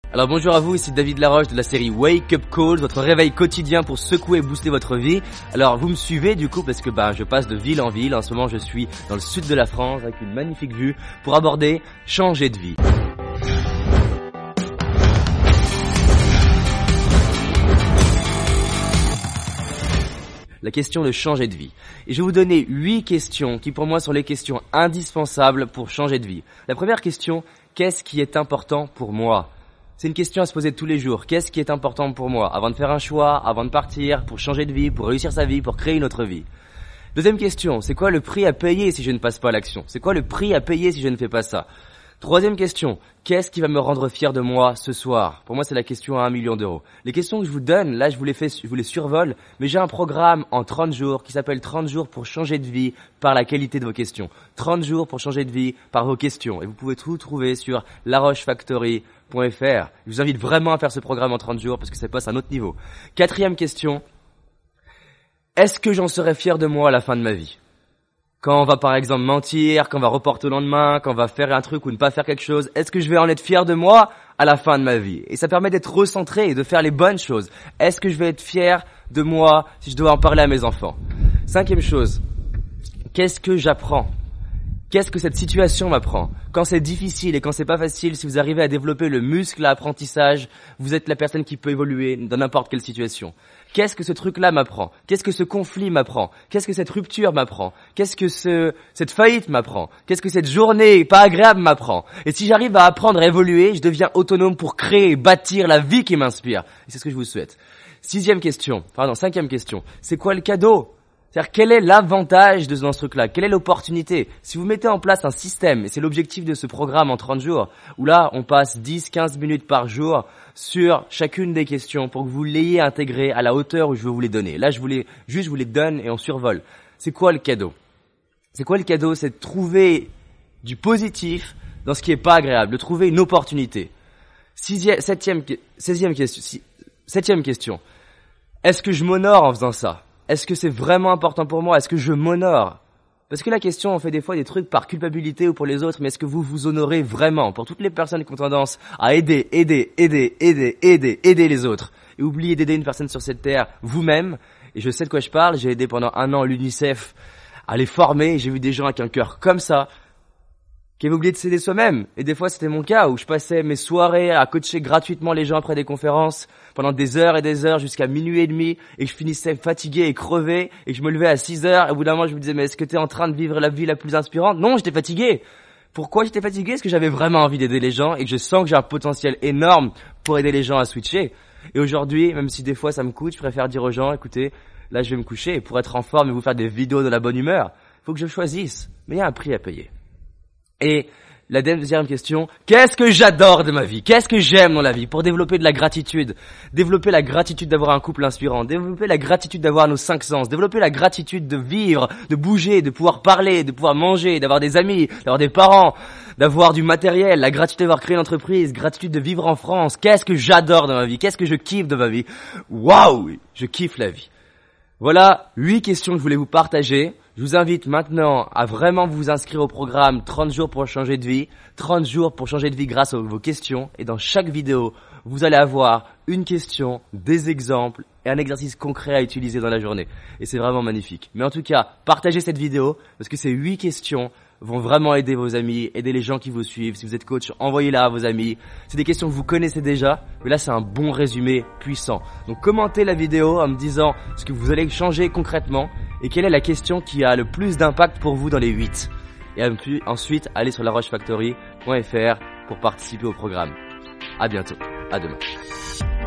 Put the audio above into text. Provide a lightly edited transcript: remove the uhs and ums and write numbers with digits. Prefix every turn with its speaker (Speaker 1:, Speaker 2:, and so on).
Speaker 1: Alors bonjour à vous, ici David Laroche de la série Wake Up Call, votre réveil quotidien pour secouer et booster votre vie. Alors vous me suivez du coup parce que je passe de ville en ville. En ce moment je suis dans le sud de la France avec une magnifique vue pour aborder changer de vie. La question de changer de vie. Et je vais vous donner 8 questions qui pour moi sont les questions indispensables pour changer de vie. La première question, qu'est-ce qui est important pour moi ? C'est une question à se poser tous les jours. Qu'est-ce qui est important pour moi avant de faire un choix, avant de partir, pour changer de vie, pour réussir sa vie, pour créer une autre vie? Deuxième question, c'est quoi le prix à payer si je ne passe pas à l'action? C'est quoi le prix à payer si je ne fais pas ça? Troisième question, qu'est-ce qui va me rendre fier de moi ce soir? Pour moi, c'est la question à 1 million d'euros. Les questions que je vous donne, là, je vous les survole, mais j'ai un programme en 30 jours qui s'appelle 30 jours pour changer de vie par la qualité de vos questions. 30 jours pour changer de vie par vos questions. Et vous pouvez tout trouver sur larochefactory.fr. Je vous invite vraiment à faire ce programme en 30 jours parce que ça passe à un autre niveau. Quatrième question, est-ce que j'en serai fier de moi à la fin de ma vie? Quand on va par exemple mentir, quand on va reporter au lendemain, quand on va faire un truc ou ne pas faire quelque chose, est-ce que je vais en être fier de moi à la fin de ma vie? Et ça permet d'être recentré et de faire les bonnes choses. Est-ce que je vais être fier de moi si je dois en parler à mes enfants? Cinquième chose, qu'est-ce que j'apprends? Qu'est-ce que cette situation m'apprend? Quand c'est difficile et quand c'est pas facile, si vous arrivez à développer le muscle à apprentissage, vous êtes la personne qui peut évoluer dans n'importe quelle situation. Qu'est-ce que ce truc-là m'apprend? Qu'est-ce que ce conflit m'apprend? Qu'est-ce que cette rupture m'apprend? Qu'est-ce que cette faillite m'apprend? Qu'est-ce que cette journée pas agréable m'apprend? Et si j'arrive à apprendre à évoluer, je deviens autonome pour créer et bâtir la vie qui m'inspire. Et c'est ce que je vous souhaite. Cinquième question. C'est quoi le cadeau? C'est-à-dire, quel est l'avantage dans ce truc-là? Quelle est l'opportunité? Si vous mettez en place un système, et c'est l'objectif de ce programme en 30 jours, où là, on passe 10-15 minutes par jour sur chacune des questions pour que vous l'ayez intégré à la hauteur où je veux vous les donner. Là, je vous les donne et on survole. C'est quoi le cadeau? C'est de trouver du positif dans ce qui est pas agréable, de trouver une opportunité. Septième question. Est-ce que je m'honore en faisant ça? Est-ce que c'est vraiment important pour moi? Est-ce que je m'honore? Parce que la question, on fait des fois des trucs par culpabilité ou pour les autres, mais est-ce que vous vous honorez vraiment? Pour toutes les personnes qui ont tendance à aider les autres, et oublier d'aider une personne sur cette terre vous-même, et je sais de quoi je parle, j'ai aidé pendant 1 an l'UNICEF à les former, et j'ai vu des gens avec un cœur comme ça, qui avaient oublié de s'aider soi-même. Et des fois, c'était mon cas, où je passais mes soirées à coacher gratuitement les gens après des conférences, pendant des heures et des heures, jusqu'à minuit et demi, et que je finissais fatigué et crevé, et que je me levais à 6 heures, et au bout d'un moment, je me disais, mais est-ce que t'es en train de vivre la vie la plus inspirante? Non, j'étais fatigué. Pourquoi j'étais fatigué? Parce que j'avais vraiment envie d'aider les gens, et que je sens que j'ai un potentiel énorme pour aider les gens à switcher. Et aujourd'hui, même si des fois ça me coûte, je préfère dire aux gens, écoutez, là je vais me coucher, et pour être en forme et vous faire des vidéos de la bonne humeur, faut que je choisisse. Mais il y a un prix à payer. Et la deuxième question, qu'est-ce que j'adore de ma vie? Qu'est-ce que j'aime dans la vie? Pour développer de la gratitude. Développer la gratitude d'avoir un couple inspirant. Développer la gratitude d'avoir nos 5 sens. Développer la gratitude de vivre, de bouger, de pouvoir parler, de pouvoir manger, d'avoir des amis, d'avoir des parents, d'avoir du matériel. La gratitude d'avoir créé une entreprise. Gratitude de vivre en France. Qu'est-ce que j'adore dans ma vie? Qu'est-ce que je kiffe de ma vie? Waouh! Je kiffe la vie. Voilà 8 questions que je voulais vous partager. Je vous invite maintenant à vraiment vous inscrire au programme 30 jours pour changer de vie. 30 jours pour changer de vie grâce à vos questions. Et dans chaque vidéo, vous allez avoir une question, des exemples et un exercice concret à utiliser dans la journée. Et c'est vraiment magnifique. Mais en tout cas, partagez cette vidéo parce que ces 8 questions vont vraiment aider vos amis, aider les gens qui vous suivent. Si vous êtes coach, envoyez-la à vos amis. C'est des questions que vous connaissez déjà, mais là c'est un bon résumé puissant. Donc commentez la vidéo en me disant ce que vous allez changer concrètement et quelle est la question qui a le plus d'impact pour vous dans les 8. Et ensuite, allez sur larochefactory.fr pour participer au programme. À bientôt, à demain.